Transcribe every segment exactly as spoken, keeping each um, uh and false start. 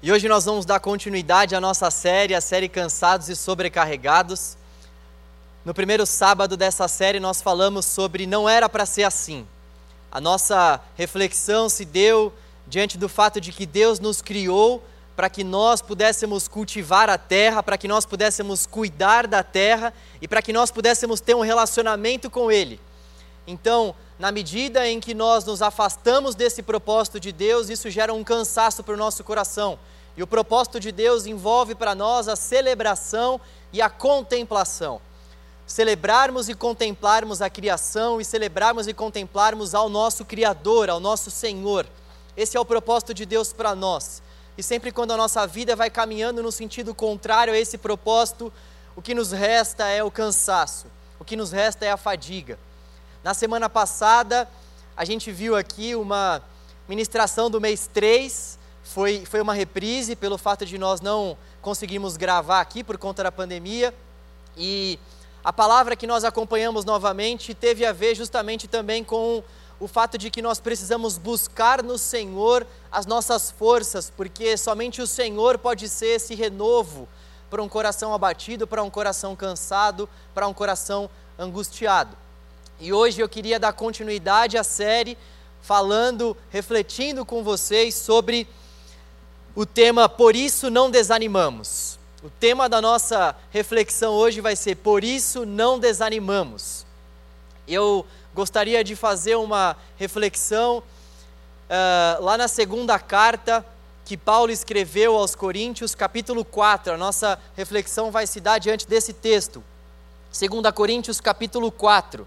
E hoje nós vamos dar continuidade à nossa série, a série Cansados e Sobrecarregados. No primeiro sábado dessa série nós falamos sobre não era para ser assim. A nossa reflexão se deu diante do fato de que Deus nos criou para que nós pudéssemos cultivar a terra, para que nós pudéssemos cuidar da terra e para que nós pudéssemos ter um relacionamento com Ele. Então, na medida em que nós nos afastamos desse propósito de Deus, isso gera um cansaço para o nosso coração. E o propósito de Deus envolve para nós a celebração e a contemplação. Celebrarmos e contemplarmos a criação e celebrarmos e contemplarmos ao nosso Criador, ao nosso Senhor. Esse é o propósito de Deus para nós. E sempre quando a nossa vida vai caminhando no sentido contrário a esse propósito, o que nos resta é o cansaço, o que nos resta é a fadiga. Na semana passada, a gente viu aqui uma ministração do mês três, foi, foi uma reprise pelo fato de nós não conseguirmos gravar aqui por conta da pandemia, e a palavra que nós acompanhamos novamente teve a ver justamente também com o fato de que nós precisamos buscar no Senhor as nossas forças, porque somente o Senhor pode ser esse renovo para um coração abatido, para um coração cansado, para um coração angustiado. E hoje eu queria dar continuidade à série, falando, refletindo com vocês sobre o tema Por Isso Não Desanimamos. O tema da nossa reflexão hoje vai ser Por Isso Não Desanimamos. Eu gostaria de fazer uma reflexão uh, lá na segunda carta que Paulo escreveu aos Coríntios, capítulo quatro. A nossa reflexão vai se dar diante desse texto. segunda Coríntios, capítulo quatro.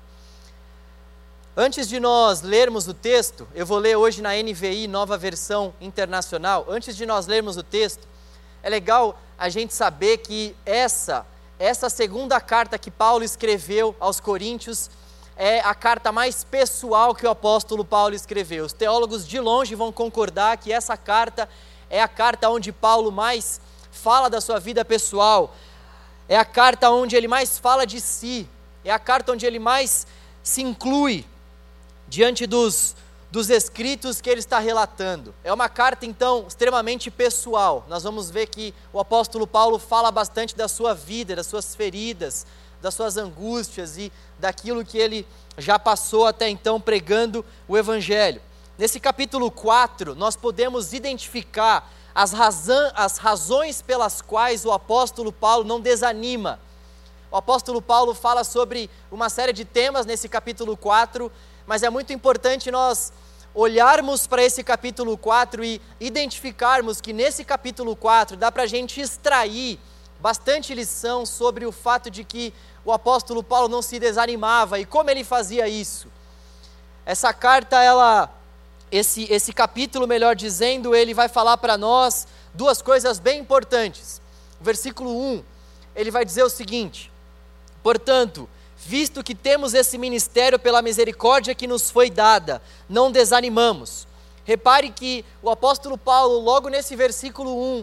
Antes de nós lermos o texto, eu vou ler hoje na N V I, Nova Versão Internacional. Antes de nós lermos o texto, é legal a gente saber que essa, essa segunda carta que Paulo escreveu aos Coríntios é a carta mais pessoal que o apóstolo Paulo escreveu. Os teólogos de longe vão concordar que essa carta é a carta onde Paulo mais fala da sua vida pessoal, é a carta onde ele mais fala de si, é a carta onde ele mais se inclui diante dos, dos escritos que ele está relatando. É uma carta, então, extremamente pessoal. Nós vamos ver que o apóstolo Paulo fala bastante da sua vida, das suas feridas, das suas angústias e daquilo que ele já passou até então pregando o Evangelho. Nesse capítulo quatro, nós podemos identificar as, razão, as razões pelas quais o apóstolo Paulo não desanima. O apóstolo Paulo fala sobre uma série de temas nesse capítulo quatro, mas é muito importante nós olharmos para esse capítulo quatro e identificarmos que nesse capítulo quatro dá para a gente extrair bastante lição sobre o fato de que o apóstolo Paulo não se desanimava e como ele fazia isso. Essa carta, ela, esse, esse capítulo, melhor dizendo, ele vai falar para nós duas coisas bem importantes. O versículo um, ele vai dizer o seguinte: portanto, visto que temos esse ministério pela misericórdia que nos foi dada, não desanimamos. Repare que o apóstolo Paulo, logo nesse versículo um,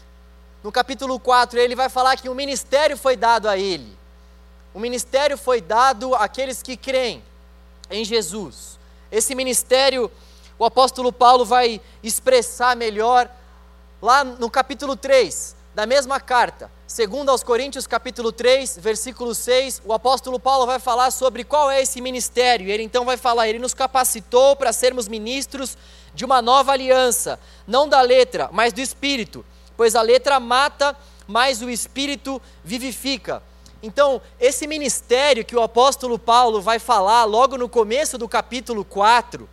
no capítulo quatro, ele vai falar que o ministério foi dado a ele. O ministério foi dado àqueles que creem em Jesus. Esse ministério, o apóstolo Paulo vai expressar melhor lá no capítulo três, da mesma carta. Segundo aos Coríntios, capítulo três, versículo seis, o apóstolo Paulo vai falar sobre qual é esse ministério. Ele então vai falar, ele nos capacitou para sermos ministros de uma nova aliança, não da letra, mas do Espírito, pois a letra mata, mas o Espírito vivifica. Então, esse ministério que o apóstolo Paulo vai falar logo no começo do capítulo quatro,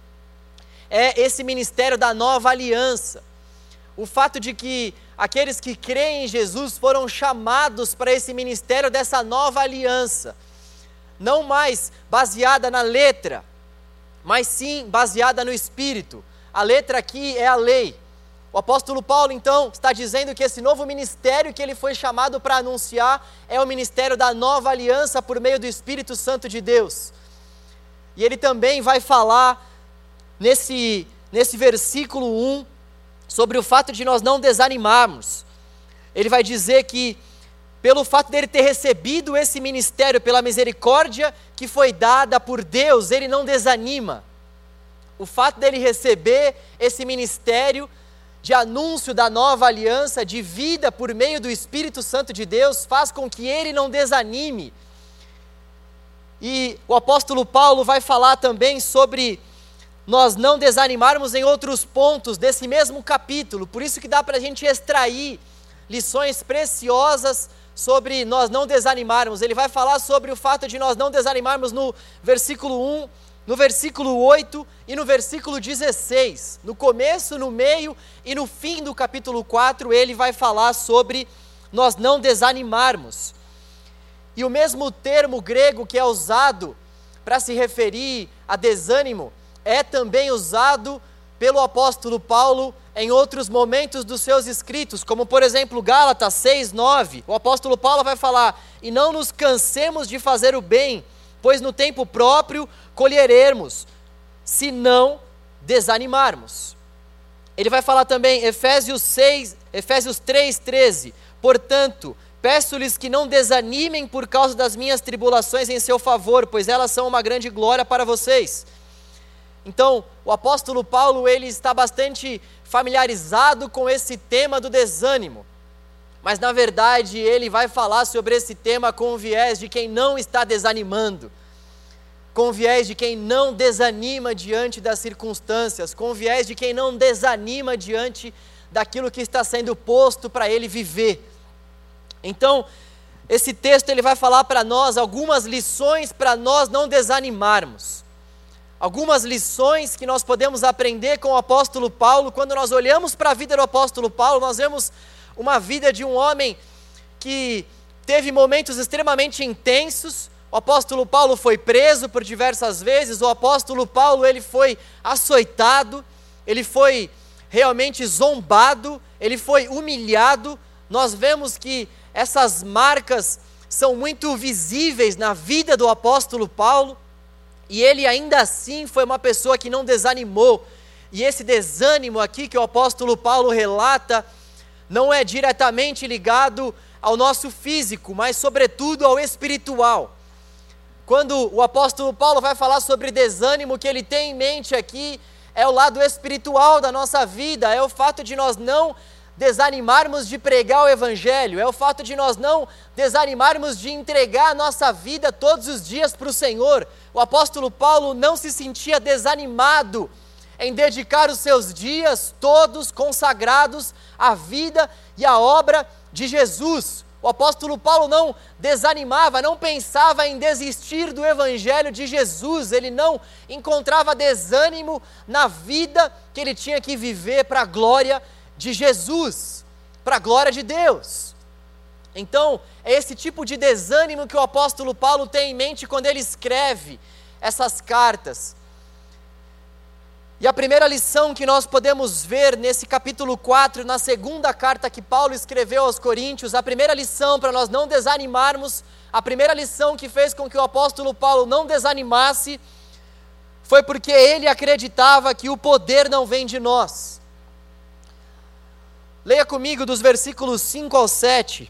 é esse ministério da nova aliança. O fato de que aqueles que creem em Jesus foram chamados para esse ministério dessa nova aliança, não mais baseada na letra, mas sim baseada no Espírito. A letra aqui é a lei. O apóstolo Paulo, então, está dizendo que esse novo ministério que ele foi chamado para anunciar é o ministério da nova aliança por meio do Espírito Santo de Deus. E ele também vai falar nesse, nesse versículo um sobre o fato de nós não desanimarmos. Ele vai dizer que pelo fato dele ter recebido esse ministério pela misericórdia que foi dada por Deus, ele não desanima. O fato dele receber esse ministério de anúncio da nova aliança, de vida por meio do Espírito Santo de Deus, faz com que ele não desanime. E o apóstolo Paulo vai falar também sobre nós não desanimarmos em outros pontos desse mesmo capítulo, por isso que dá para a gente extrair lições preciosas sobre nós não desanimarmos. Ele vai falar sobre o fato de nós não desanimarmos no versículo um, no versículo oito e no versículo dezesseis. No começo, no meio e no fim do capítulo quatro, ele vai falar sobre nós não desanimarmos. E o mesmo termo grego que é usado para se referir a desânimo é também usado pelo apóstolo Paulo em outros momentos dos seus escritos, como por exemplo Gálatas seis, nove, o apóstolo Paulo vai falar: e não nos cansemos de fazer o bem, pois no tempo próprio colheremos, se não desanimarmos. Ele vai falar também, Efésios seis, Efésios três, treze, portanto, peço-lhes que não desanimem por causa das minhas tribulações em seu favor, pois elas são uma grande glória para vocês. Então, o apóstolo Paulo, ele está bastante familiarizado com esse tema do desânimo, mas na verdade ele vai falar sobre esse tema com o viés de quem não está desanimando, com o viés de quem não desanima diante das circunstâncias, com o viés de quem não desanima diante daquilo que está sendo posto para ele viver. Então, esse texto ele vai falar para nós algumas lições para nós não desanimarmos. Algumas lições que nós podemos aprender com o apóstolo Paulo. Quando nós olhamos para a vida do apóstolo Paulo, nós vemos uma vida de um homem que teve momentos extremamente intensos. O apóstolo Paulo foi preso por diversas vezes, o apóstolo Paulo ele foi açoitado, ele foi realmente zombado, ele foi humilhado. Nós vemos que essas marcas são muito visíveis na vida do apóstolo Paulo, e ele ainda assim foi uma pessoa que não desanimou. E esse desânimo aqui que o apóstolo Paulo relata não é diretamente ligado ao nosso físico, mas sobretudo ao espiritual. Quando o apóstolo Paulo vai falar sobre desânimo, o que ele tem em mente aqui é o lado espiritual da nossa vida, é o fato de nós não desanimarmos de pregar o evangelho, é o fato de nós não desanimarmos de entregar a nossa vida todos os dias para o Senhor. O apóstolo Paulo não se sentia desanimado em dedicar os seus dias todos consagrados à vida e à obra de Jesus. O apóstolo Paulo não desanimava, não pensava em desistir do evangelho de Jesus, ele não encontrava desânimo na vida que ele tinha que viver para a glória de Jesus, para a glória de Deus. Então, é esse tipo de desânimo que o apóstolo Paulo tem em mente quando ele escreve essas cartas. E a primeira lição que nós podemos ver nesse capítulo quatro, na segunda carta que Paulo escreveu aos Coríntios, a primeira lição para nós não desanimarmos, a primeira lição que fez com que o apóstolo Paulo não desanimasse, foi porque ele acreditava que o poder não vem de nós. Leia comigo dos versículos cinco ao sete.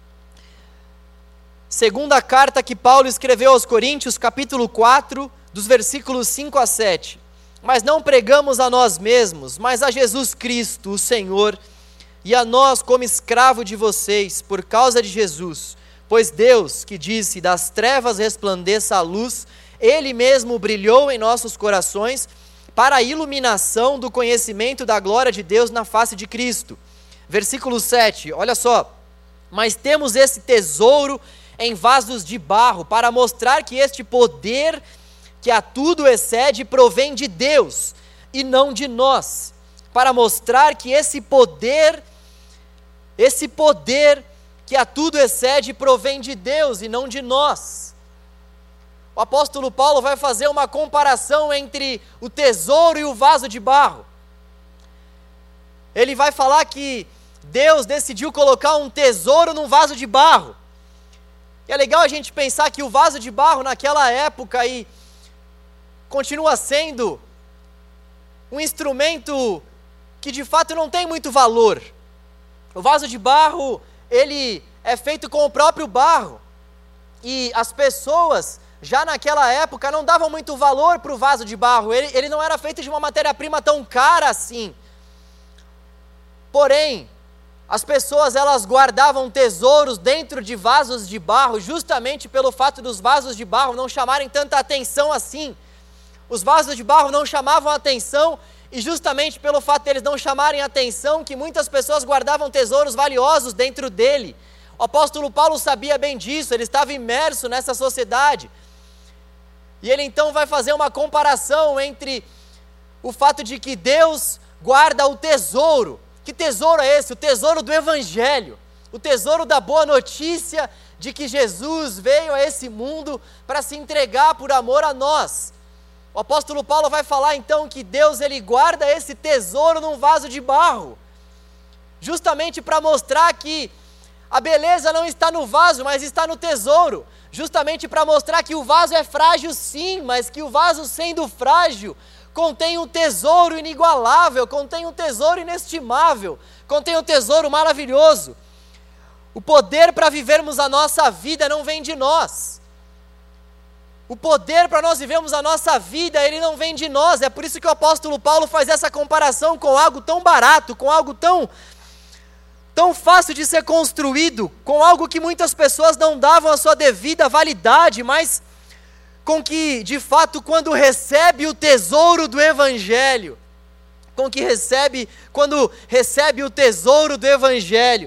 Segunda carta que Paulo escreveu aos Coríntios, capítulo quatro, dos versículos cinco a sete. Mas não pregamos a nós mesmos, mas a Jesus Cristo, o Senhor, e a nós como escravo de vocês, por causa de Jesus. Pois Deus, que disse, das trevas resplandeça a luz, Ele mesmo brilhou em nossos corações, para a iluminação do conhecimento da glória de Deus na face de Cristo. Versículo sete, olha só. Mas temos esse tesouro em vasos de barro, para mostrar que este poder que a tudo excede provém de Deus, e não de nós. Para mostrar que esse poder, esse poder que a tudo excede provém de Deus, e não de nós. O apóstolo Paulo vai fazer uma comparação entre o tesouro e o vaso de barro. Ele vai falar que Deus decidiu colocar um tesouro num vaso de barro. E é legal a gente pensar que o vaso de barro naquela época e continua sendo um instrumento que de fato não tem muito valor. O vaso de barro, ele é feito com o próprio barro. E as pessoas, já naquela época, não davam muito valor para o vaso de barro. Ele, ele não era feito de uma matéria-prima tão cara assim. Porém, as pessoas elas guardavam tesouros dentro de vasos de barro, justamente pelo fato dos vasos de barro não chamarem tanta atenção assim. Os vasos de barro não chamavam atenção, e justamente pelo fato deles não chamarem atenção, que muitas pessoas guardavam tesouros valiosos dentro dele. O apóstolo Paulo sabia bem disso, ele estava imerso nessa sociedade. E ele então vai fazer uma comparação entre o fato de que Deus guarda o tesouro. Que tesouro é esse? O tesouro do Evangelho, o tesouro da boa notícia de que Jesus veio a esse mundo para se entregar por amor a nós. O apóstolo Paulo vai falar então que Deus ele guarda esse tesouro num vaso de barro, justamente para mostrar que a beleza não está no vaso, mas está no tesouro, justamente para mostrar que o vaso é frágil sim, mas que o vaso sendo frágil, contém um tesouro inigualável, contém um tesouro inestimável, contém um tesouro maravilhoso. O poder para vivermos a nossa vida não vem de nós. O poder para nós vivermos a nossa vida, ele não vem de nós. É por isso que o apóstolo Paulo faz essa comparação com algo tão barato, com algo tão, tão fácil de ser construído, com algo que muitas pessoas não davam a sua devida validade, mas com que, de fato, quando recebe o tesouro do Evangelho, com que recebe, quando recebe o tesouro do Evangelho,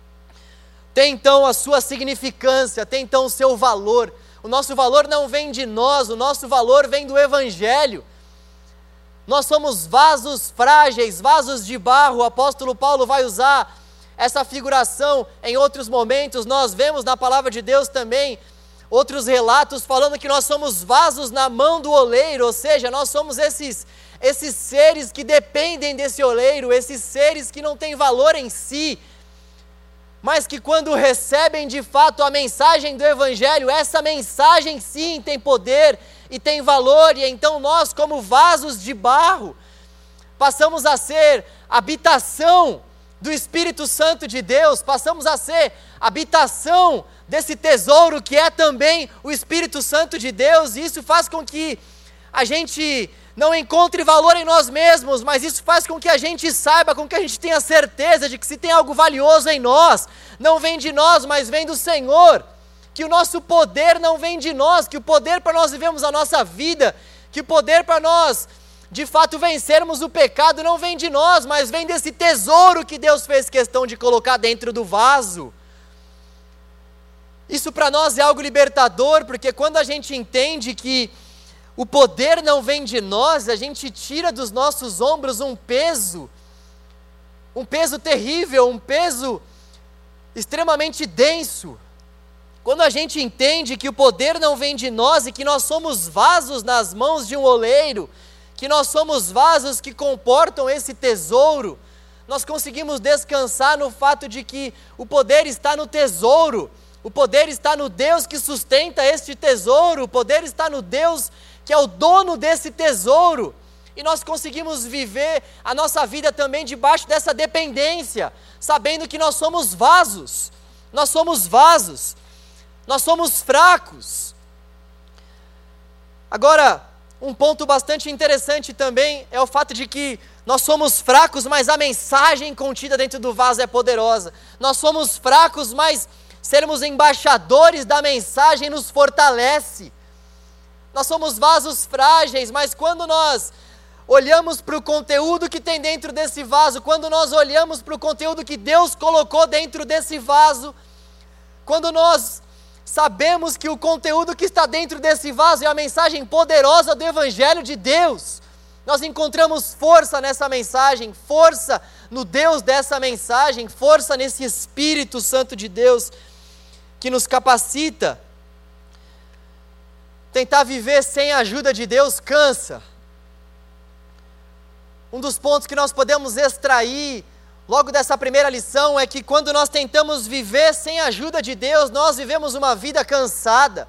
tem então a sua significância, tem então o seu valor. O nosso valor não vem de nós, o nosso valor vem do Evangelho. Nós somos vasos frágeis, vasos de barro. O apóstolo Paulo vai usar essa figuração em outros momentos. Nós vemos na palavra de Deus também outros relatos falando que nós somos vasos na mão do oleiro, ou seja, nós somos esses, esses seres que dependem desse oleiro, esses seres que não têm valor em si, mas que quando recebem de fato a mensagem do Evangelho, essa mensagem sim tem poder e tem valor, e então nós como vasos de barro, passamos a ser habitação do Espírito Santo de Deus, passamos a ser habitação desse tesouro que é também o Espírito Santo de Deus, e isso faz com que a gente não encontre valor em nós mesmos, mas isso faz com que a gente saiba, com que a gente tenha certeza de que se tem algo valioso em nós, não vem de nós, mas vem do Senhor, que o nosso poder não vem de nós, que o poder para nós vivermos a nossa vida, que o poder para nós de fato vencermos o pecado não vem de nós, mas vem desse tesouro que Deus fez questão de colocar dentro do vaso. Isso para nós é algo libertador, porque quando a gente entende que o poder não vem de nós, a gente tira dos nossos ombros um peso, um peso terrível, um peso extremamente denso. Quando a gente entende que o poder não vem de nós e que nós somos vasos nas mãos de um oleiro, que nós somos vasos que comportam esse tesouro, nós conseguimos descansar no fato de que o poder está no tesouro, o poder está no Deus que sustenta este tesouro, o poder está no Deus que é o dono desse tesouro, e nós conseguimos viver a nossa vida também debaixo dessa dependência, sabendo que nós somos vasos, nós somos vasos, nós somos fracos. Agora, um ponto bastante interessante também é o fato de que nós somos fracos, mas a mensagem contida dentro do vaso é poderosa. Nós somos fracos, mas sermos embaixadores da mensagem nos fortalece. Nós somos vasos frágeis, mas quando nós olhamos para o conteúdo que tem dentro desse vaso, quando nós olhamos para o conteúdo que Deus colocou dentro desse vaso, quando nós sabemos que o conteúdo que está dentro desse vaso é a mensagem poderosa do Evangelho de Deus, nós encontramos força nessa mensagem, força no Deus dessa mensagem, força nesse Espírito Santo de Deus que nos capacita. Tentar viver sem a ajuda de Deus cansa. Um dos pontos que nós podemos extrair logo dessa primeira lição é que quando nós tentamos viver sem a ajuda de Deus, nós vivemos uma vida cansada.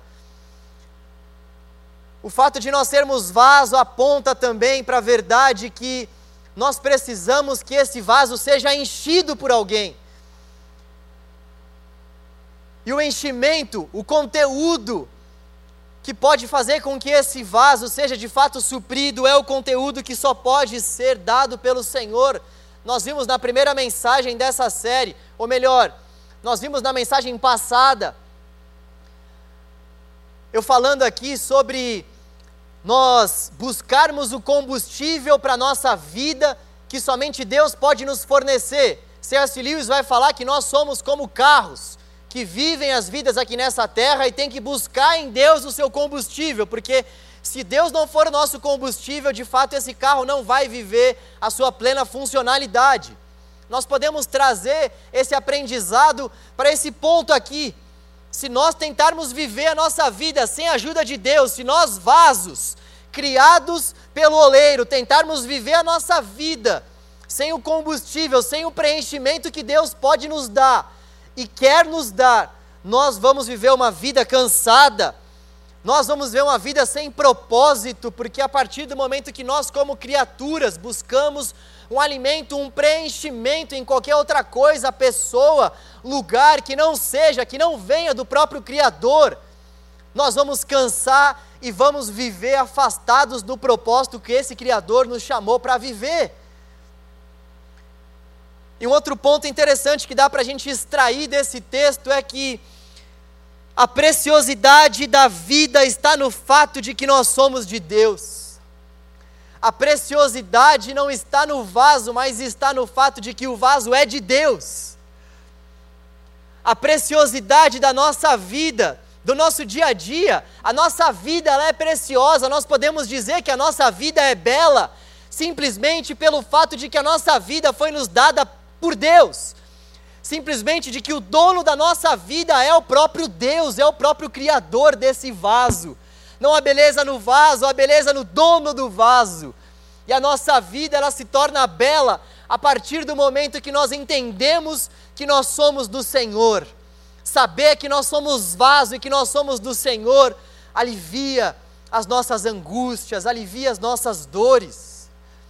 O fato de nós sermos vaso aponta também para a verdade que nós precisamos que esse vaso seja enchido por alguém. E o enchimento, o conteúdo que pode fazer com que esse vaso seja de fato suprido, é o conteúdo que só pode ser dado pelo Senhor, nós vimos na primeira mensagem dessa série, ou melhor, nós vimos na mensagem passada, eu falando aqui sobre nós buscarmos o combustível para a nossa vida, que somente Deus pode nos fornecer. C S Lewis vai falar que nós somos como carros, que vivem as vidas aqui nessa terra e tem que buscar em Deus o seu combustível, porque se Deus não for o nosso combustível, de fato esse carro não vai viver a sua plena funcionalidade. Nós podemos trazer esse aprendizado para esse ponto aqui. Se nós tentarmos viver a nossa vida sem a ajuda de Deus, se nós vasos, criados pelo oleiro, tentarmos viver a nossa vida sem o combustível, sem o preenchimento que Deus pode nos dar e quer nos dar, nós vamos viver uma vida cansada, nós vamos viver uma vida sem propósito, porque a partir do momento que nós como criaturas buscamos um alimento, um preenchimento em qualquer outra coisa, pessoa, lugar que não seja, que não venha do próprio Criador, nós vamos cansar e vamos viver afastados do propósito que esse Criador nos chamou para viver. E um outro ponto interessante que dá para a gente extrair desse texto é que a preciosidade da vida está no fato de que nós somos de Deus. A preciosidade não está no vaso, mas está no fato de que o vaso é de Deus. A preciosidade da nossa vida, do nosso dia a dia, a nossa vida ela é preciosa, nós podemos dizer que a nossa vida é bela, simplesmente pelo fato de que a nossa vida foi nos dada por Deus, simplesmente de que o dono da nossa vida é o próprio Deus, é o próprio Criador desse vaso. Não a beleza no vaso, a beleza no dono do vaso. E a nossa vida ela se torna bela a partir do momento que nós entendemos que nós somos do Senhor. Saber que nós somos vaso e que nós somos do Senhor alivia as nossas angústias, alivia as nossas dores.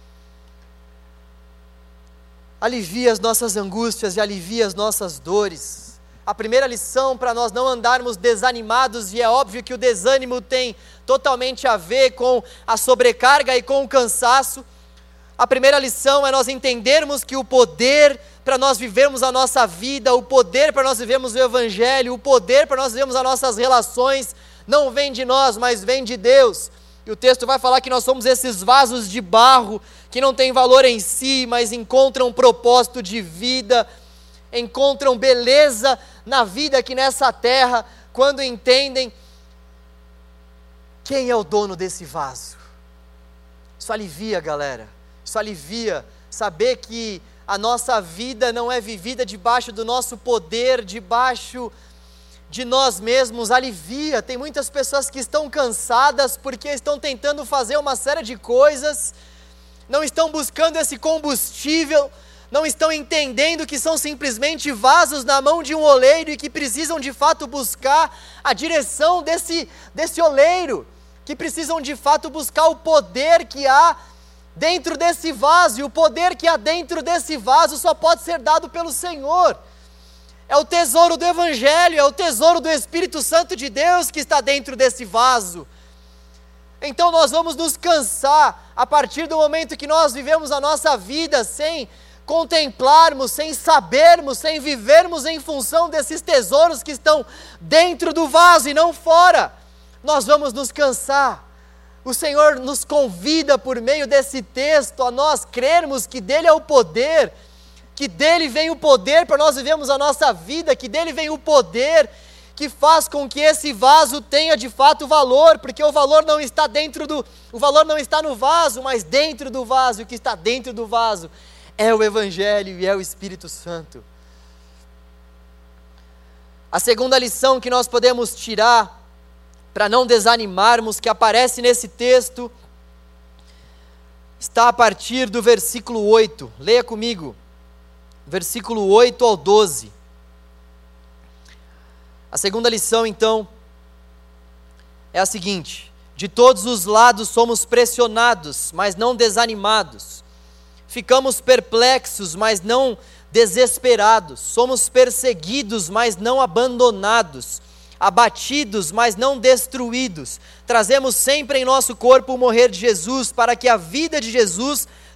Alivia as nossas angústias e alivia as nossas dores. A primeira lição para nós não andarmos desanimados, e é óbvio que o desânimo tem totalmente a ver com a sobrecarga e com o cansaço. A primeira lição é nós entendermos que o poder para nós vivermos a nossa vida, o poder para nós vivermos o Evangelho, o poder para nós vivermos as nossas relações, não vem de nós, mas vem de Deus. E o texto vai falar que nós somos esses vasos de barro, que não têm valor em si, mas encontram um propósito de vida, encontram beleza na vida aqui nessa terra, quando entendem quem é o dono desse vaso. Isso alivia, galera, isso alivia, saber que a nossa vida não é vivida debaixo do nosso poder, debaixo de nós mesmos, alivia. Tem muitas pessoas que estão cansadas porque estão tentando fazer uma série de coisas, não estão buscando esse combustível, não estão entendendo que são simplesmente vasos na mão de um oleiro e que precisam de fato buscar a direção desse, desse oleiro, que precisam de fato buscar o poder que há dentro desse vaso, e o poder que há dentro desse vaso só pode ser dado pelo Senhor. É o tesouro do Evangelho, é o tesouro do Espírito Santo de Deus que está dentro desse vaso. Então nós vamos nos cansar a partir do momento que nós vivemos a nossa vida sem contemplarmos, sem sabermos, sem vivermos em função desses tesouros que estão dentro do vaso e não fora. Nós vamos nos cansar. O Senhor nos convida por meio desse texto a nós crermos que dele é o poder, que dele vem o poder para nós vivermos a nossa vida, que dele vem o poder que faz com que esse vaso tenha de fato valor, porque o valor não está dentro do, o valor não está no vaso, mas dentro do vaso. E o que está dentro do vaso é o Evangelho e é o Espírito Santo. A segunda lição que nós podemos tirar, para não desanimarmos, que aparece nesse texto, está a partir do versículo oito. Leia comigo, versículo oito ao doze. A segunda lição, então, é a seguinte: de todos os lados somos pressionados, mas não desanimados. Ficamos perplexos, mas não desesperados. Somos perseguidos, mas não abandonados. Abatidos, mas não destruídos. Trazemos sempre em nosso corpo o morrer de Jesus, para que a vida de Jesus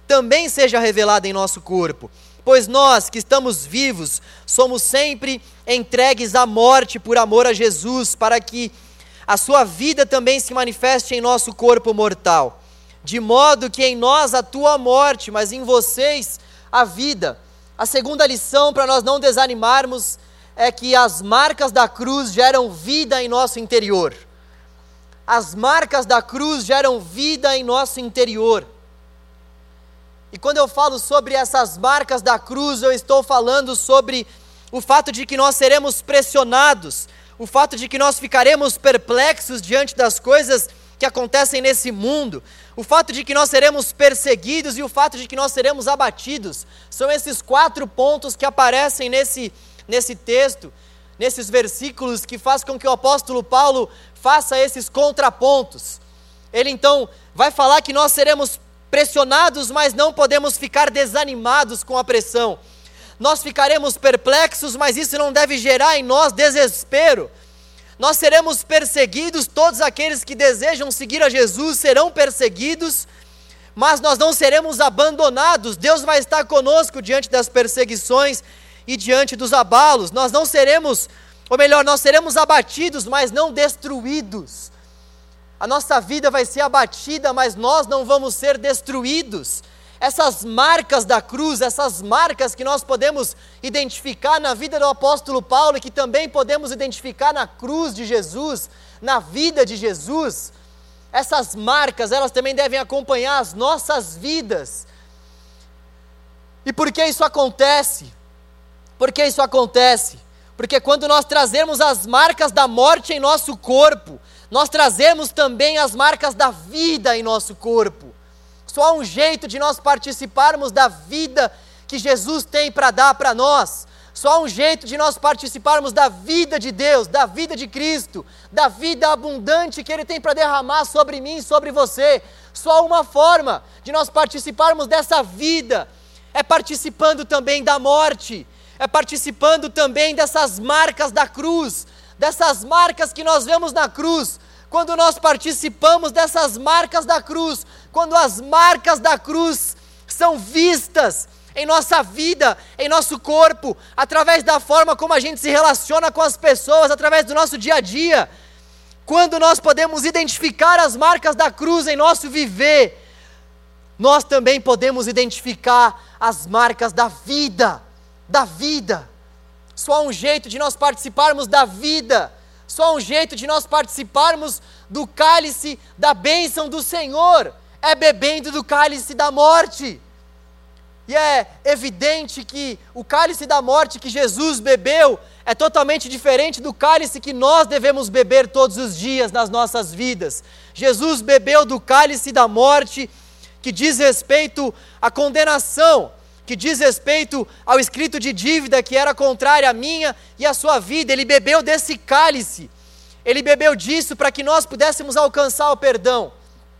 também seja revelada em nosso corpo. Pois nós que estamos vivos, somos sempre entregues à morte por amor a Jesus, para que a sua vida também se manifeste em nosso corpo mortal. De modo que em nós atua a morte, mas em vocês a vida. A segunda lição para nós não desanimarmos é que as marcas da cruz geram vida em nosso interior. As marcas da cruz geram vida em nosso interior. E quando eu falo sobre essas marcas da cruz, eu estou falando sobre o fato de que nós seremos pressionados, o fato de que nós ficaremos perplexos diante das coisas que acontecem nesse mundo, o fato de que nós seremos perseguidos e o fato de que nós seremos abatidos. São esses quatro pontos que aparecem nesse, nesse texto, nesses versículos, que faz com que o apóstolo Paulo faça esses contrapontos. Ele então vai falar que nós seremos pressionados, mas não podemos ficar desanimados com a pressão. Nós ficaremos perplexos, mas isso não deve gerar em nós desespero. Nós seremos perseguidos, todos aqueles que desejam seguir a Jesus serão perseguidos, mas nós não seremos abandonados. Deus vai estar conosco diante das perseguições e diante dos abalos. Nós não seremos, ou melhor, nós seremos abatidos, mas não destruídos. A nossa vida vai ser abatida, mas nós não vamos ser destruídos. Essas marcas da cruz, essas marcas que nós podemos identificar na vida do apóstolo Paulo e que também podemos identificar na cruz de Jesus, na vida de Jesus, essas marcas, elas também devem acompanhar as nossas vidas. E por que isso acontece? Por que isso acontece? Porque quando nós trazemos as marcas da morte em nosso corpo, nós trazemos também as marcas da vida em nosso corpo. Só há um jeito de nós participarmos da vida que Jesus tem para dar para nós. Só há um jeito de nós participarmos da vida de Deus, da vida de Cristo, da vida abundante que Ele tem para derramar sobre mim e sobre você. Só há uma forma de nós participarmos dessa vida, é participando também da morte, é participando também dessas marcas da cruz, dessas marcas que nós vemos na cruz. Quando nós participamos dessas marcas da cruz, quando as marcas da cruz são vistas em nossa vida, em nosso corpo, através da forma como a gente se relaciona com as pessoas, através do nosso dia a dia, quando nós podemos identificar as marcas da cruz em nosso viver, nós também podemos identificar as marcas da vida, da vida. Só há um jeito de nós participarmos da vida, só há um jeito de nós participarmos do cálice da bênção do Senhor, é bebendo do cálice da morte. E é evidente que o cálice da morte que Jesus bebeu é totalmente diferente do cálice que nós devemos beber todos os dias nas nossas vidas. Jesus bebeu do cálice da morte que diz respeito à condenação, que diz respeito ao escrito de dívida que era contrária à minha e à sua vida. Ele bebeu desse cálice, ele bebeu disso para que nós pudéssemos alcançar o perdão.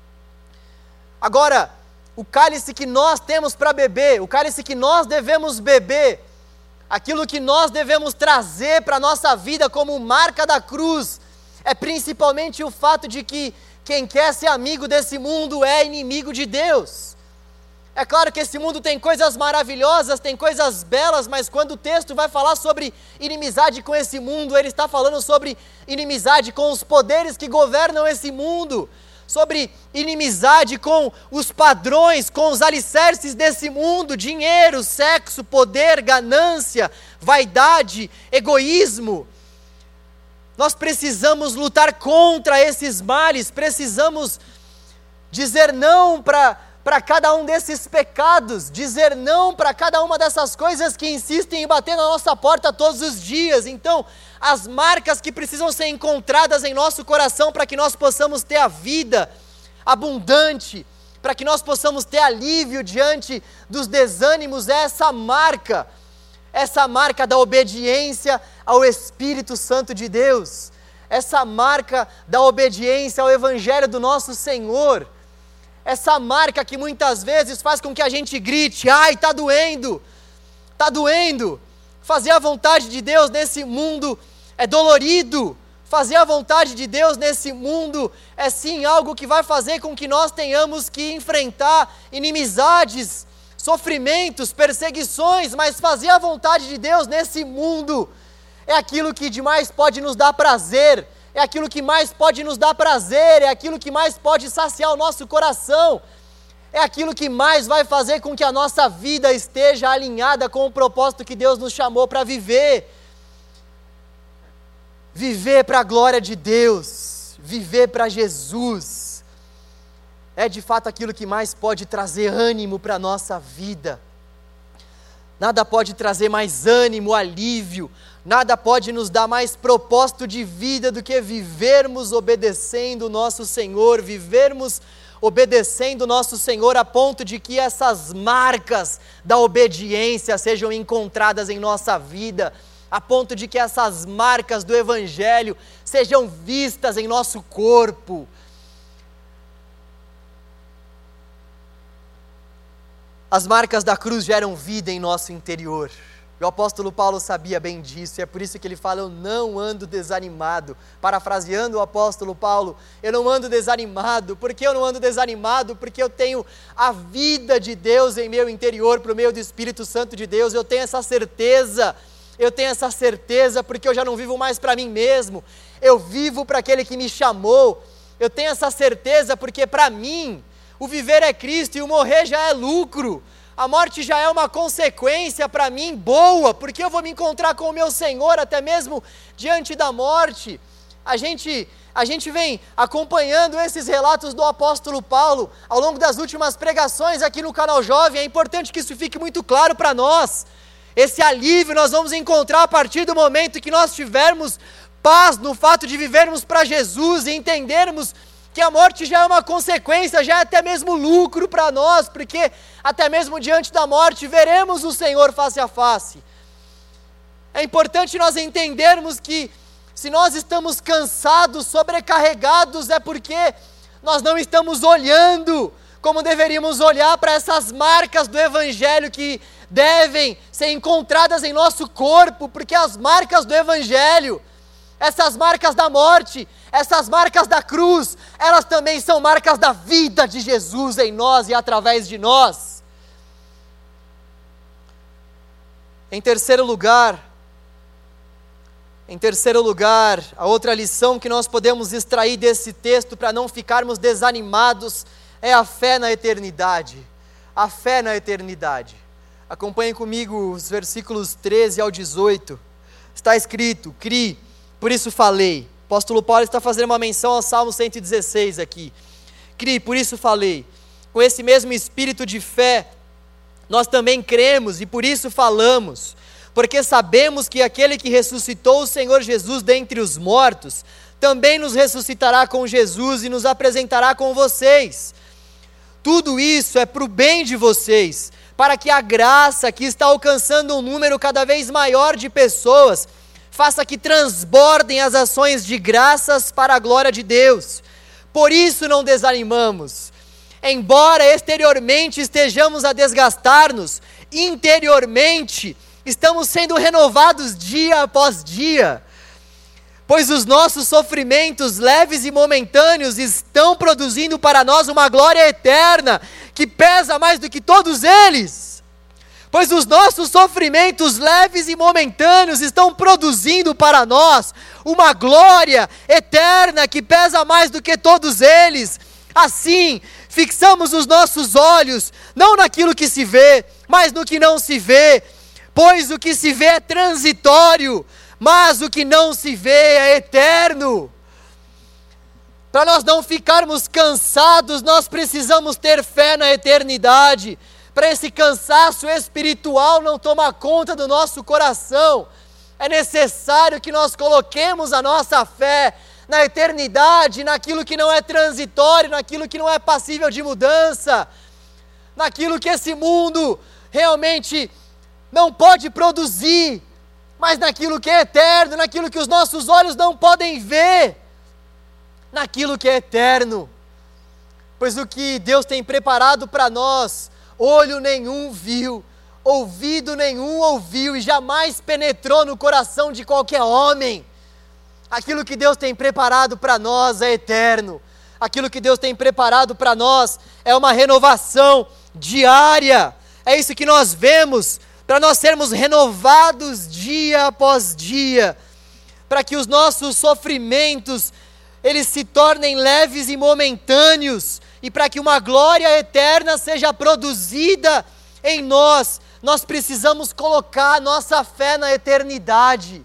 Agora, o cálice que nós temos para beber, o cálice que nós devemos beber, aquilo que nós devemos trazer para a nossa vida como marca da cruz, é principalmente o fato de que quem quer ser amigo desse mundo é inimigo de Deus. É claro que esse mundo tem coisas maravilhosas, tem coisas belas, mas quando o texto vai falar sobre inimizade com esse mundo, ele está falando sobre inimizade com os poderes que governam esse mundo, sobre inimizade com os padrões, com os alicerces desse mundo: dinheiro, sexo, poder, ganância, vaidade, egoísmo. Nós precisamos lutar contra esses males, precisamos dizer não para para cada um desses pecados, dizer não para cada uma dessas coisas que insistem em bater na nossa porta todos os dias. Então, as marcas que precisam ser encontradas em nosso coração para que nós possamos ter a vida abundante, para que nós possamos ter alívio diante dos desânimos, é essa marca, essa marca da obediência ao Espírito Santo de Deus, essa marca da obediência ao Evangelho do nosso Senhor, essa marca que muitas vezes faz com que a gente grite: ai, está doendo, está doendo. Fazer a vontade de Deus nesse mundo é dolorido, Fazer a vontade de Deus nesse mundo é sim algo que vai fazer com que nós tenhamos que enfrentar inimizades, sofrimentos, perseguições, mas fazer a vontade de Deus nesse mundo é aquilo que de mais pode nos dar prazer, é aquilo que mais pode nos dar prazer, é aquilo que mais pode saciar o nosso coração, é aquilo que mais vai fazer com que a nossa vida esteja alinhada com o propósito que Deus nos chamou para viver. Viver para a glória de Deus, viver para Jesus, é de fato aquilo que mais pode trazer ânimo para a nossa vida. Nada pode trazer mais ânimo, alívio, nada pode nos dar mais propósito de vida do que vivermos obedecendo o nosso Senhor, vivermos obedecendo o nosso Senhor a ponto de que essas marcas da obediência sejam encontradas em nossa vida, a ponto de que essas marcas do Evangelho sejam vistas em nosso corpo. As marcas da cruz geram vida em nosso interior. O apóstolo Paulo sabia bem disso, e é por isso que ele fala: eu não ando desanimado. Parafraseando o apóstolo Paulo, eu não ando desanimado. Por que eu não ando desanimado? Porque eu tenho a vida de Deus em meu interior, por meio do Espírito Santo de Deus. Eu tenho essa certeza, eu tenho essa certeza porque eu já não vivo mais para mim mesmo, eu vivo para aquele que me chamou. Eu tenho essa certeza porque para mim o viver é Cristo e o morrer já é lucro. A morte já é uma consequência para mim boa, porque eu vou me encontrar com o meu Senhor até mesmo diante da morte. A gente, a gente vem acompanhando esses relatos do apóstolo Paulo ao longo das últimas pregações aqui no canal Jovem. É importante que isso fique muito claro para nós. Esse alívio nós vamos encontrar a partir do momento que nós tivermos paz no fato de vivermos para Jesus e entendermos que a morte já é uma consequência, já é até mesmo lucro para nós, porque até mesmo diante da morte veremos o Senhor face a face. É importante nós entendermos que se nós estamos cansados, sobrecarregados, é porque nós não estamos olhando como deveríamos olhar para essas marcas do Evangelho que devem ser encontradas em nosso corpo, porque as marcas do Evangelho, essas marcas da morte, essas marcas da cruz, elas também são marcas da vida de Jesus em nós e através de nós. Em terceiro lugar, em terceiro lugar, a outra lição que nós podemos extrair desse texto para não ficarmos desanimados é a fé na eternidade. A fé na eternidade. Acompanhem comigo os versículos treze ao dezoito. Está escrito: cri, por isso falei. O apóstolo Paulo está fazendo uma menção ao Salmo cento e dezesseis aqui. Cri, por isso falei. Com esse mesmo espírito de fé, nós também cremos e por isso falamos, porque sabemos que aquele que ressuscitou o Senhor Jesus dentre os mortos, também nos ressuscitará com Jesus e nos apresentará com vocês. Tudo isso é para o bem de vocês, para que a graça que está alcançando um número cada vez maior de pessoas, faça que transbordem as ações de graças para a glória de Deus. Por isso não desanimamos. Embora exteriormente estejamos a desgastar-nos, interiormente estamos sendo renovados dia após dia. Pois os nossos sofrimentos leves e momentâneos estão produzindo para nós uma glória eterna, que pesa mais do que todos eles. Pois os nossos sofrimentos leves e momentâneos estão produzindo para nós uma glória eterna que pesa mais do que todos eles. Assim, fixamos os nossos olhos, não naquilo que se vê, mas no que não se vê. Pois o que se vê é transitório, mas o que não se vê é eterno. Para nós não ficarmos cansados, nós precisamos ter fé na eternidade. Para esse cansaço espiritual não tomar conta do nosso coração, é necessário que nós coloquemos a nossa fé na eternidade, naquilo que não é transitório, naquilo que não é passível de mudança, naquilo que esse mundo realmente não pode produzir, mas naquilo que é eterno, naquilo que os nossos olhos não podem ver, naquilo que é eterno. Pois o que Deus tem preparado para nós, olho nenhum viu, ouvido nenhum ouviu e jamais penetrou no coração de qualquer homem. Aquilo que Deus tem preparado para nós é eterno. Aquilo que Deus tem preparado para nós é uma renovação diária. É isso que nós vemos, para nós sermos renovados dia após dia, para que os nossos sofrimentos, eles se tornem leves e momentâneos, e para que uma glória eterna seja produzida em nós, nós precisamos colocar nossa fé na eternidade.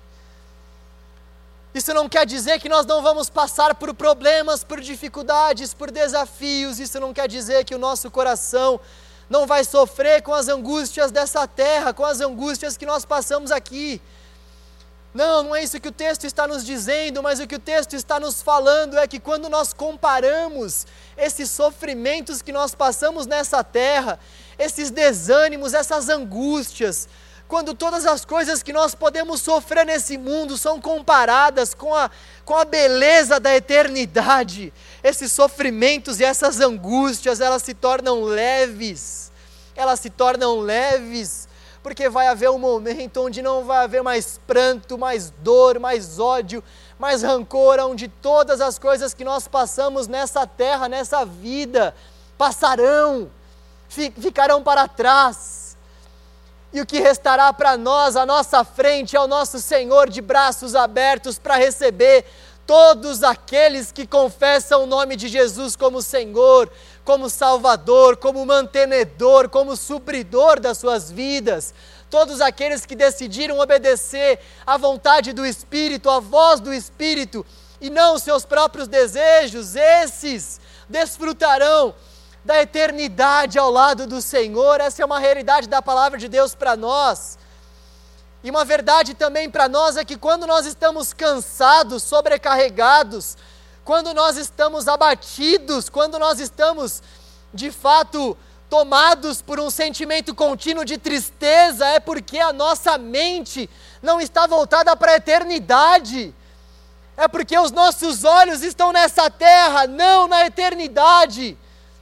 Isso não quer dizer que nós não vamos passar por problemas, por dificuldades, por desafios. Isso não quer dizer que o nosso coração não vai sofrer com as angústias dessa terra, com as angústias que nós passamos aqui. Não, não é isso que o texto está nos dizendo, mas o que o texto está nos falando é que quando nós comparamos esses sofrimentos que nós passamos nessa terra, esses desânimos, essas angústias, quando todas as coisas que nós podemos sofrer nesse mundo são comparadas com a, com a beleza da eternidade, esses sofrimentos e essas angústias, elas se tornam leves, elas se tornam leves, porque vai haver um momento onde não vai haver mais pranto, mais dor, mais ódio, mais rancor, onde todas as coisas que nós passamos nessa terra, nessa vida, passarão, ficarão para trás. E o que restará para nós, à nossa frente, é o nosso Senhor de braços abertos para receber todos aqueles que confessam o nome de Jesus como Senhor, como Salvador, como mantenedor, como supridor das suas vidas. Todos aqueles que decidiram obedecer à vontade do Espírito, à voz do Espírito, e não os seus próprios desejos, esses desfrutarão da eternidade ao lado do Senhor. Essa é uma realidade da palavra de Deus para nós. E uma verdade também para nós é que quando nós estamos cansados, sobrecarregados, quando nós estamos abatidos, quando nós estamos, de fato, tomados por um sentimento contínuo de tristeza, é porque a nossa mente não está voltada para a eternidade. É porque os nossos olhos estão nessa terra, não na eternidade.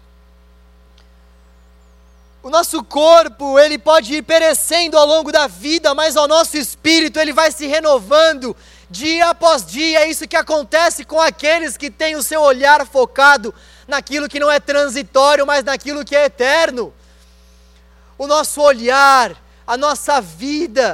O nosso corpo, ele pode ir perecendo ao longo da vida, mas o nosso espírito, ele vai se renovando dia após dia. É isso que acontece com aqueles que têm o seu olhar focado naquilo que não é transitório, mas naquilo que é eterno. O nosso olhar, a nossa vida,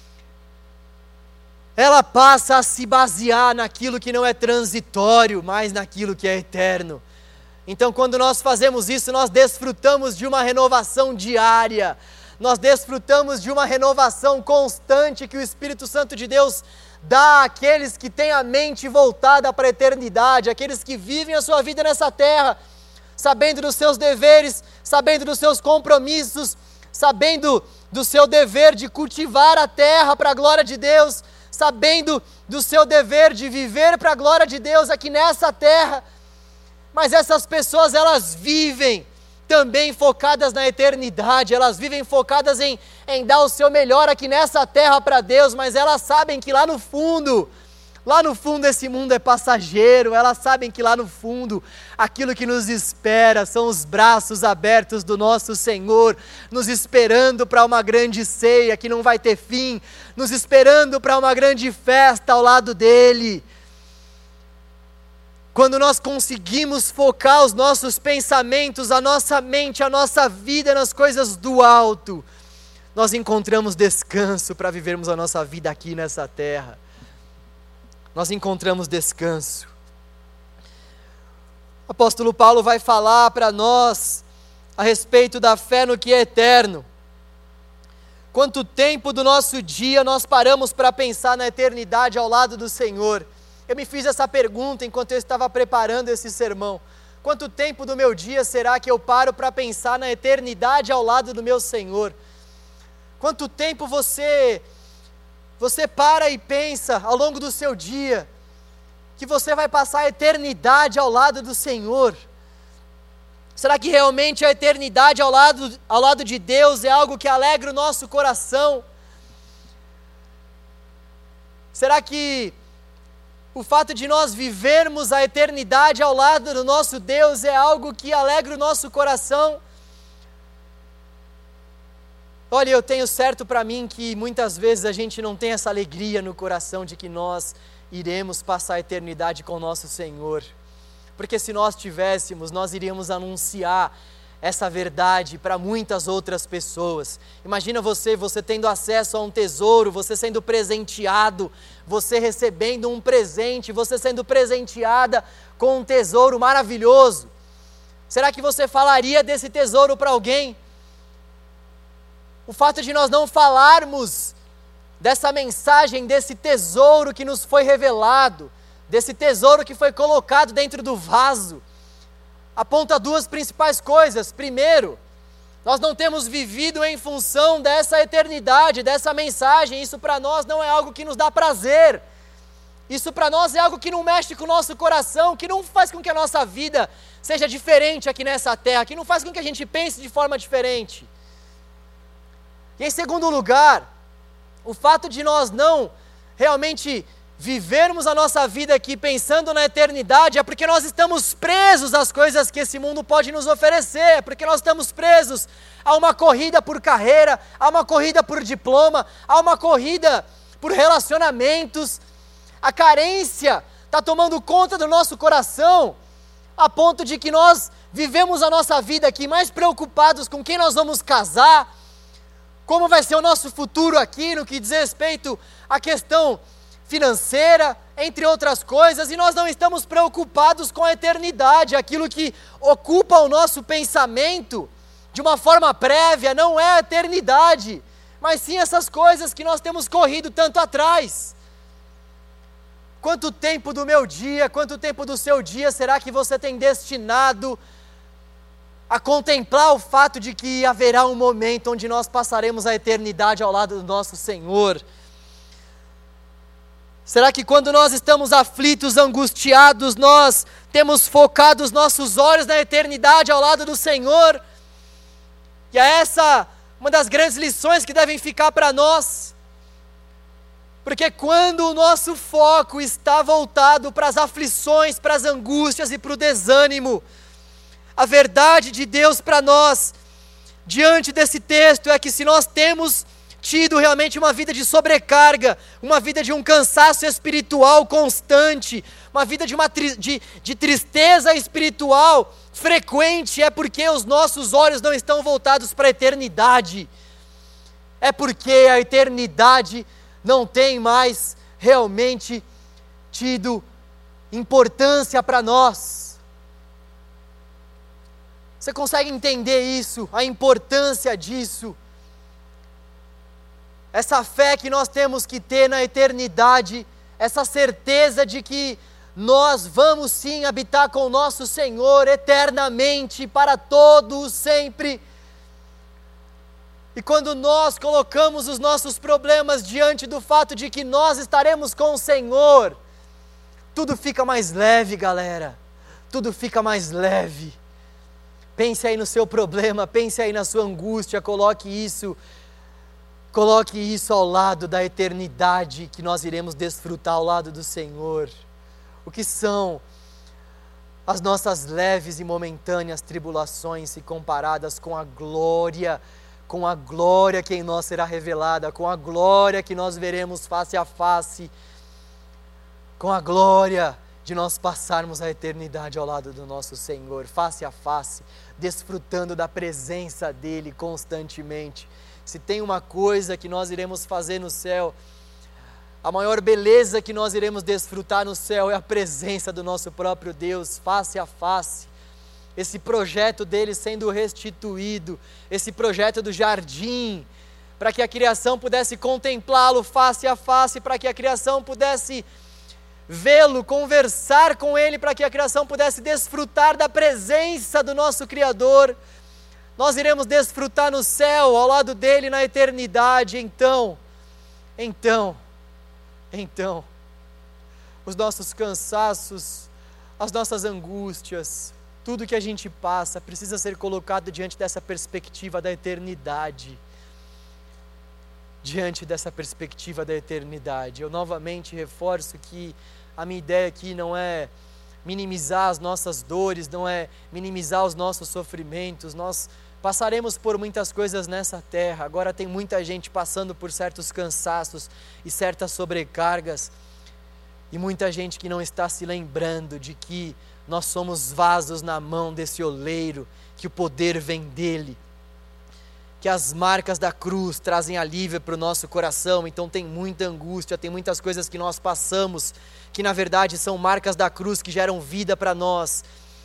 ela passa a se basear naquilo que não é transitório, mas naquilo que é eterno. Então, quando nós fazemos isso, nós desfrutamos de uma renovação diária, nós desfrutamos de uma renovação constante que o Espírito Santo de Deus dá àqueles que têm a mente voltada para a eternidade, aqueles que vivem a sua vida nessa terra, sabendo dos seus deveres, sabendo dos seus compromissos, sabendo do seu dever de cultivar a terra para a glória de Deus, sabendo do seu dever de viver para a glória de Deus aqui nessa terra. Mas essas pessoas, elas vivem também focadas na eternidade, elas vivem focadas em, em dar o seu melhor aqui nessa terra para Deus, mas elas sabem que lá no fundo, lá no fundo esse mundo é passageiro, elas sabem que lá no fundo, aquilo que nos espera são os braços abertos do nosso Senhor, nos esperando para uma grande ceia que não vai ter fim, nos esperando para uma grande festa ao lado dEle. Quando nós conseguimos focar os nossos pensamentos, a nossa mente, a nossa vida nas coisas do alto, nós encontramos descanso para vivermos a nossa vida aqui nessa terra. Nós encontramos descanso. O apóstolo Paulo vai falar para nós a respeito da fé no que é eterno. Quanto tempo do nosso dia nós paramos para pensar na eternidade ao lado do Senhor? Eu me fiz essa pergunta enquanto eu estava preparando esse sermão. Quanto tempo do meu dia será que eu paro para pensar na eternidade ao lado do meu Senhor? Quanto tempo você, você para e pensa ao longo do seu dia que você vai passar a eternidade ao lado do Senhor? Será que realmente a eternidade ao lado, ao lado de Deus é algo que alegra o nosso coração? Será que o fato de nós vivermos a eternidade ao lado do nosso Deus é algo que alegra o nosso coração? Olha, eu tenho certo para mim que muitas vezes a gente não tem essa alegria no coração de que nós iremos passar a eternidade com o nosso Senhor. Porque se nós tivéssemos, nós iríamos anunciar essa verdade para muitas outras pessoas. Imagina você, você tendo acesso a um tesouro, você sendo presenteado, você recebendo um presente, você sendo presenteada com um tesouro maravilhoso. Será que você falaria desse tesouro para alguém? O fato de nós não falarmos dessa mensagem, desse tesouro que nos foi revelado, desse tesouro que foi colocado dentro do vaso, aponta duas principais coisas. Primeiro, nós não temos vivido em função dessa eternidade, dessa mensagem. Isso para nós não é algo que nos dá prazer. Isso para nós é algo que não mexe com o nosso coração, que não faz com que a nossa vida seja diferente aqui nessa terra, que não faz com que a gente pense de forma diferente. E em segundo lugar, o fato de nós não realmente vivermos a nossa vida aqui pensando na eternidade é porque nós estamos presos às coisas que esse mundo pode nos oferecer, é porque nós estamos presos a uma corrida por carreira, a uma corrida por diploma, a uma corrida por relacionamentos. A carência está tomando conta do nosso coração, a ponto de que nós vivemos a nossa vida aqui mais preocupados com quem nós vamos casar, como vai ser o nosso futuro aqui no que diz respeito à questão financeira, entre outras coisas, e nós não estamos preocupados com a eternidade. Aquilo que ocupa o nosso pensamento de uma forma prévia não é a eternidade, mas sim essas coisas que nós temos corrido tanto atrás. Quanto tempo do meu dia, quanto tempo do seu dia será que você tem destinado a contemplar o fato de que haverá um momento onde nós passaremos a eternidade ao lado do nosso Senhor? Será que quando nós estamos aflitos, angustiados, nós temos focado os nossos olhos na eternidade ao lado do Senhor? E é essa uma das grandes lições que devem ficar para nós. Porque quando o nosso foco está voltado para as aflições, para as angústias e para o desânimo, a verdade de Deus para nós, diante desse texto, é que se nós temos tido realmente uma vida de sobrecarga, uma vida de um cansaço espiritual constante, uma vida de, uma tri- de, de tristeza espiritual frequente, é porque os nossos olhos não estão voltados para a eternidade, é porque a eternidade não tem mais realmente tido importância para nós. Você consegue entender isso, a importância disso? Essa fé que nós temos que ter na eternidade, essa certeza de que nós vamos sim habitar com o nosso Senhor eternamente, para todos, sempre. E quando nós colocamos os nossos problemas diante do fato de que nós estaremos com o Senhor, tudo fica mais leve, galera, tudo fica mais leve. Pense aí no seu problema, pense aí na sua angústia, coloque isso, coloque isso ao lado da eternidade que nós iremos desfrutar ao lado do Senhor. O que são as nossas leves e momentâneas tribulações se comparadas com a glória, com a glória que em nós será revelada, com a glória que nós veremos face a face, com a glória de nós passarmos a eternidade ao lado do nosso Senhor, face a face, desfrutando da presença dEle constantemente. Se tem uma coisa que nós iremos fazer no céu, a maior beleza que nós iremos desfrutar no céu é a presença do nosso próprio Deus, face a face. Esse projeto dele sendo restituído, esse projeto do jardim, para que a criação pudesse contemplá-lo face a face, para que a criação pudesse vê-lo, conversar com ele, para que a criação pudesse desfrutar da presença do nosso Criador. Nós iremos desfrutar no céu, ao lado dele na eternidade. Então, então, então, os nossos cansaços, as nossas angústias, tudo que a gente passa precisa ser colocado diante dessa perspectiva da eternidade. Diante dessa perspectiva da eternidade. Eu novamente reforço que a minha ideia aqui não é minimizar as nossas dores, não é minimizar os nossos sofrimentos. Nós passaremos por muitas coisas nessa terra. Agora tem muita gente passando por certos cansaços e certas sobrecargas. E muita gente que não está se lembrando de que nós somos vasos na mão desse oleiro, que o poder vem dele, que as marcas da cruz trazem alívio para o nosso coração. Então tem muita angústia, tem muitas coisas que nós passamos, que na verdade são marcas da cruz que geram vida para nós,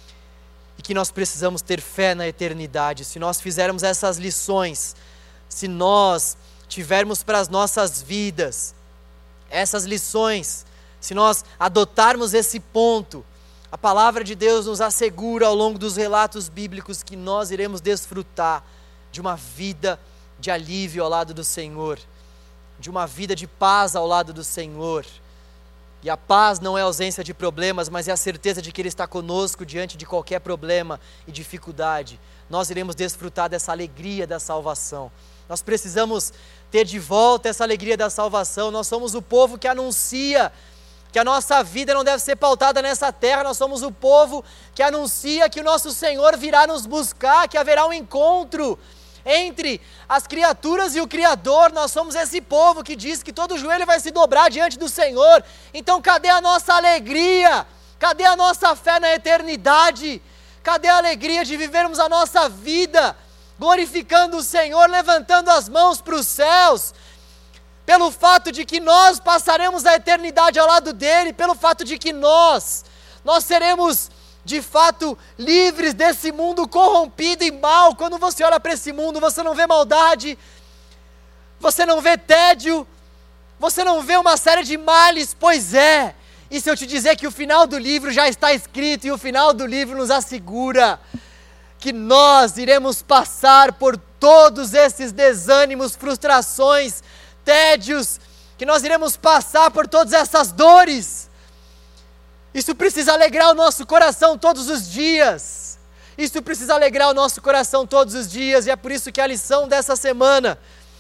e que nós precisamos ter fé na eternidade. Se nós fizermos essas lições, se nós tivermos para as nossas vidas essas lições, se nós adotarmos esse ponto, a palavra de Deus nos assegura ao longo dos relatos bíblicos que nós iremos desfrutar de uma vida de alívio ao lado do Senhor, de uma vida de paz ao lado do Senhor. E a paz não é ausência de problemas, mas é a certeza de que Ele está conosco diante de qualquer problema e dificuldade. Nós iremos desfrutar dessa alegria da salvação. Nós precisamos ter de volta essa alegria da salvação. Nós somos o povo que anuncia que a nossa vida não deve ser pautada nessa terra. Nós somos o povo que anuncia que o nosso Senhor virá nos buscar, que haverá um encontro entre as criaturas e o Criador. Nós somos esse povo que diz que todo joelho vai se dobrar diante do Senhor. Então cadê a nossa alegria? Cadê a nossa fé na eternidade? Cadê a alegria de vivermos a nossa vida glorificando o Senhor, levantando as mãos para os céus, pelo fato de que nós passaremos a eternidade ao lado dele, pelo fato de que nós, nós seremos de fato livres desse mundo corrompido e mau. Quando você olha para esse mundo, você não vê maldade, você não vê tédio, você não vê uma série de males. Pois é, e se eu te dizer que o final do livro já está escrito, e o final do livro nos assegura que nós iremos passar por todos esses desânimos, frustrações, tédios, que nós iremos passar por todas essas dores. Isso precisa alegrar o nosso coração todos os dias. Isso precisa alegrar o nosso coração todos os dias. E é por isso que a lição dessa semana,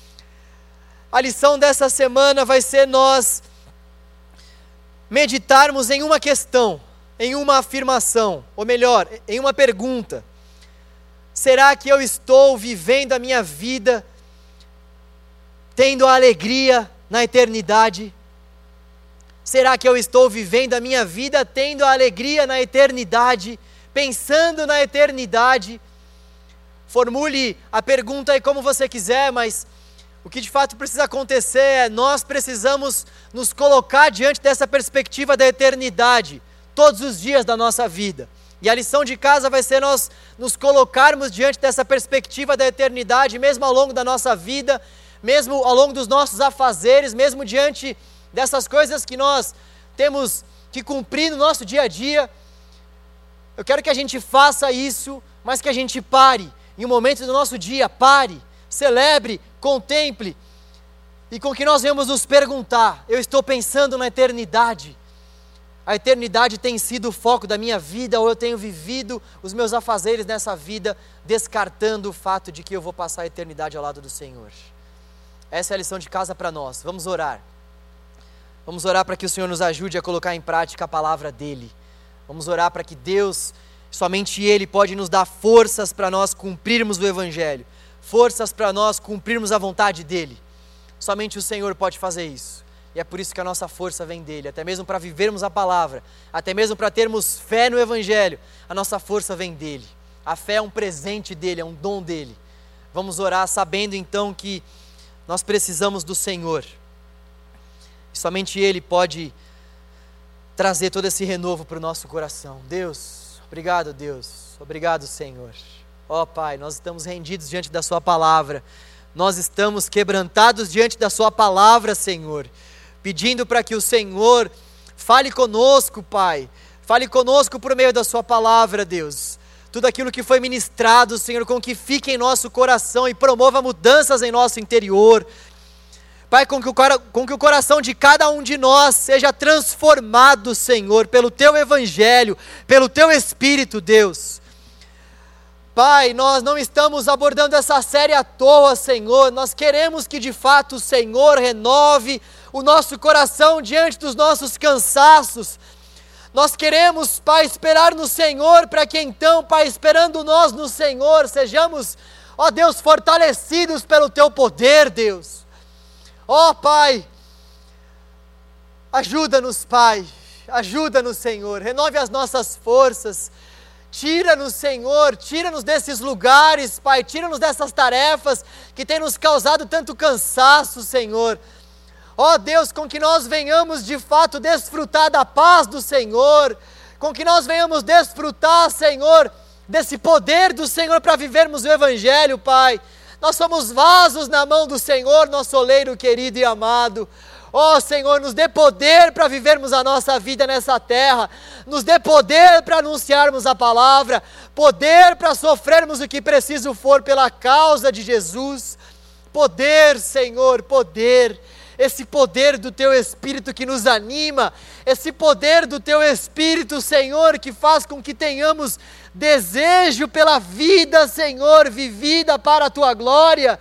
a lição dessa semana vai ser nós meditarmos em uma questão, em uma afirmação, ou melhor, em uma pergunta. Será que eu estou vivendo a minha vida tendo a alegria na eternidade? Será que eu estou vivendo a minha vida tendo a alegria na eternidade, pensando na eternidade? Formule a pergunta aí como você quiser, mas o que de fato precisa acontecer é nós precisamos nos colocar diante dessa perspectiva da eternidade todos os dias da nossa vida. E a lição de casa vai ser nós nos colocarmos diante dessa perspectiva da eternidade, mesmo ao longo da nossa vida, mesmo ao longo dos nossos afazeres, mesmo diante dessas coisas que nós temos que cumprir no nosso dia a dia. Eu quero que a gente faça isso, mas que a gente pare, em um momento do nosso dia, pare, celebre, contemple, e com que nós venhamos nos perguntar: eu estou pensando na eternidade? A eternidade tem sido o foco da minha vida, ou eu tenho vivido os meus afazeres nessa vida, descartando o fato de que eu vou passar a eternidade ao lado do Senhor? Essa é a lição de casa para nós. Vamos orar. Vamos orar para que o Senhor nos ajude a colocar em prática a palavra dEle. Vamos orar para que Deus, somente Ele pode nos dar forças para nós cumprirmos o Evangelho, forças para nós cumprirmos a vontade dEle. Somente o Senhor pode fazer isso. E é por isso que a nossa força vem dEle, até mesmo para vivermos a palavra, até mesmo para termos fé no Evangelho, a nossa força vem dEle. A fé é um presente dEle, é um dom dEle. Vamos orar sabendo então que nós precisamos do Senhor. E somente Ele pode trazer todo esse renovo para o nosso coração. Deus, obrigado Deus, obrigado Senhor. Ó Pai, nós estamos rendidos diante da Sua palavra, nós estamos quebrantados diante da Sua palavra, Senhor, pedindo para que o Senhor fale conosco, Pai, fale conosco por meio da Sua palavra, Deus. Tudo aquilo que foi ministrado, Senhor, com que fique em nosso coração e promova mudanças em nosso interior. Pai, com que, o, com que o coração de cada um de nós seja transformado, Senhor, pelo Teu Evangelho, pelo Teu Espírito, Deus. Pai, nós não estamos abordando essa série à toa, Senhor. Nós queremos que de fato o Senhor renove o nosso coração diante dos nossos cansaços. Nós queremos, Pai, esperar no Senhor, para que então, Pai, esperando nós no Senhor, sejamos, ó Deus, fortalecidos pelo Teu poder, Deus. Ó Pai, ajuda-nos, Pai, ajuda-nos, Senhor, renove as nossas forças, tira-nos, Senhor, tira-nos desses lugares, Pai, tira-nos dessas tarefas que têm nos causado tanto cansaço, Senhor. Ó Deus, com que nós venhamos de fato desfrutar da paz do Senhor, com que nós venhamos desfrutar, Senhor, desse poder do Senhor para vivermos o Evangelho, Pai. Nós somos vasos na mão do Senhor, nosso oleiro querido e amado. Ó oh, Senhor, nos dê poder para vivermos a nossa vida nessa terra, nos dê poder para anunciarmos a palavra, poder para sofrermos o que preciso for pela causa de Jesus, poder, Senhor, poder, esse poder do Teu Espírito que nos anima, esse poder do Teu Espírito, Senhor, que faz com que tenhamos desejo pela vida, Senhor, vivida para a Tua glória.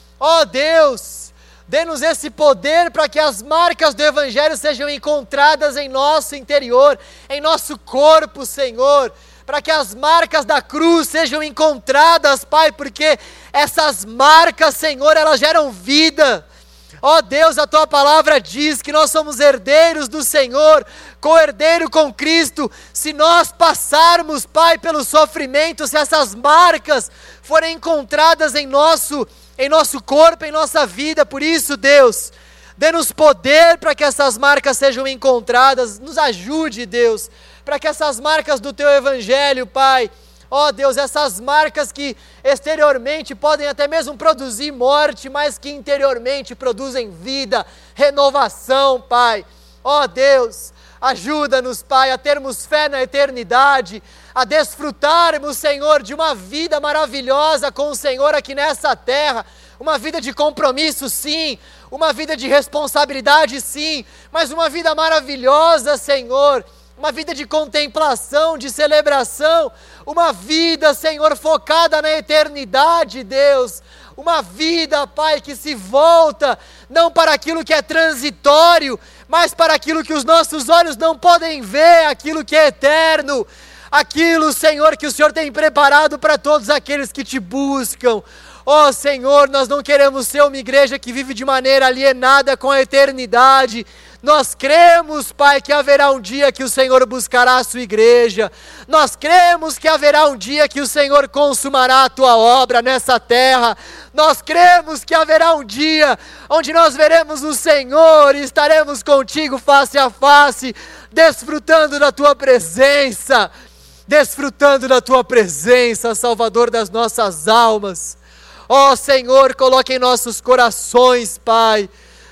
Ó Deus, dê-nos esse poder para que as marcas do Evangelho sejam encontradas em nosso interior, em nosso corpo, Senhor, para que as marcas da cruz sejam encontradas, Pai, porque essas marcas, Senhor, elas geram vida. Ó oh Deus, a Tua palavra diz que nós somos herdeiros do Senhor, co-herdeiro com Cristo. Se nós passarmos, Pai, pelo sofrimento, se essas marcas forem encontradas em nosso, em nosso corpo, em nossa vida, por isso, Deus, dê-nos poder para que essas marcas sejam encontradas, nos ajude, Deus, para que essas marcas do Teu Evangelho, Pai, ó oh Deus, essas marcas que exteriormente podem até mesmo produzir morte, mas que interiormente produzem vida, renovação, Pai. Ó oh Deus, ajuda-nos, Pai, a termos fé na eternidade, a desfrutarmos, Senhor, de uma vida maravilhosa com o Senhor aqui nessa terra, uma vida de compromisso, sim, uma vida de responsabilidade, sim, mas uma vida maravilhosa, Senhor, uma vida de contemplação, de celebração, uma vida, Senhor, focada na eternidade, Deus, uma vida, Pai, que se volta não para aquilo que é transitório, mas para aquilo que os nossos olhos não podem ver, aquilo que é eterno, aquilo, Senhor, que o Senhor tem preparado para todos aqueles que Te buscam. Ó oh, Senhor, nós não queremos ser uma igreja que vive de maneira alienada com a eternidade. Nós cremos, Pai, que haverá um dia que o Senhor buscará a sua igreja. Nós cremos que haverá um dia que o Senhor consumará a Tua obra nessa terra. Nós cremos que haverá um dia onde nós veremos o Senhor e estaremos contigo face a face, desfrutando da Tua presença, desfrutando da Tua presença, Salvador das nossas almas. Ó Senhor, coloque em nossos corações, Pai,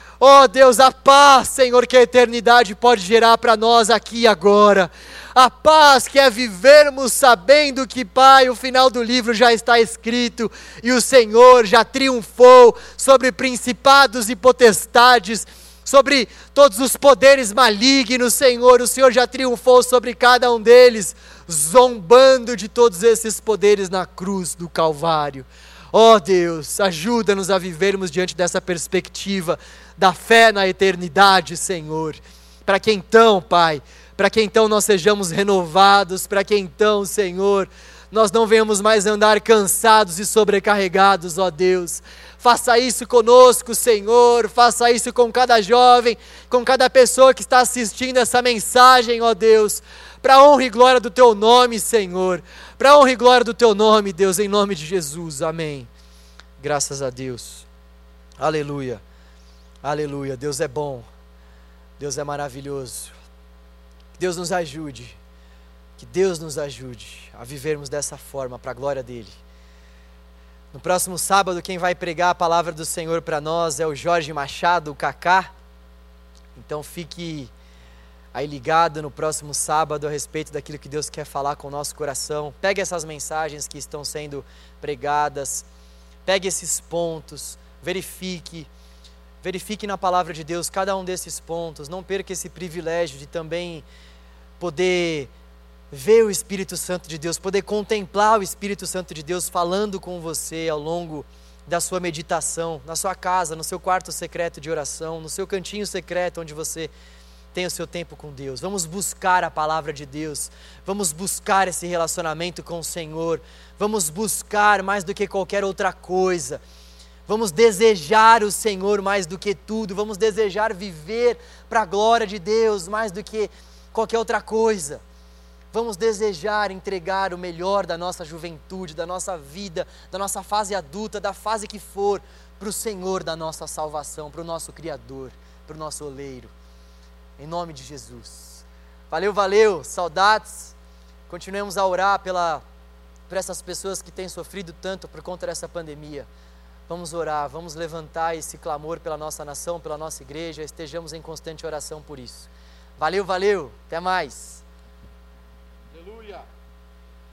ó Deus, a paz, Senhor, que a eternidade pode gerar para nós aqui e agora. A paz que é vivermos sabendo que, Pai, o final do livro já está escrito e o Senhor já triunfou sobre principados e potestades, sobre todos os poderes malignos, Senhor. O Senhor já triunfou sobre cada um deles, zombando de todos esses poderes na cruz do Calvário. Ó oh Deus, ajuda-nos a vivermos diante dessa perspectiva da fé na eternidade, Senhor, para que então, Pai, para que então nós sejamos renovados, para que então, Senhor, nós não venhamos mais andar cansados e sobrecarregados, ó Deus. Faça isso conosco, Senhor, faça isso com cada jovem, com cada pessoa que está assistindo essa mensagem, ó Deus, para a honra e glória do Teu nome, Senhor, para a honra e glória do Teu nome, Deus, em nome de Jesus, amém. Graças a Deus, aleluia, aleluia, Deus é bom, Deus é maravilhoso, que Deus nos ajude, que Deus nos ajude a vivermos dessa forma, para a glória dEle. No próximo sábado, quem vai pregar a palavra do Senhor para nós é o Jorge Machado, o Cacá, então fique aí ligado no próximo sábado a respeito daquilo que Deus quer falar com o nosso coração. Pegue essas mensagens que estão sendo pregadas, pegue esses pontos, verifique, verifique na palavra de Deus cada um desses pontos, não perca esse privilégio de também poder ver o Espírito Santo de Deus, poder contemplar o Espírito Santo de Deus falando com você ao longo da sua meditação, na sua casa, no seu quarto secreto de oração, no seu cantinho secreto onde você tem o seu tempo com Deus. Vamos buscar a palavra de Deus, vamos buscar esse relacionamento com o Senhor, vamos buscar mais do que qualquer outra coisa, vamos desejar o Senhor mais do que tudo, vamos desejar viver para a glória de Deus mais do que qualquer outra coisa. Vamos desejar entregar o melhor da nossa juventude, da nossa vida, da nossa fase adulta, da fase que for, para o Senhor da nossa salvação, para o nosso Criador, para o nosso oleiro. Em nome de Jesus. Valeu, valeu, saudades. Continuemos a orar pela, por essas pessoas que têm sofrido tanto por conta dessa pandemia. Vamos orar, vamos levantar esse clamor pela nossa nação, pela nossa igreja, estejamos em constante oração por isso. Valeu, valeu, até mais. Aleluia.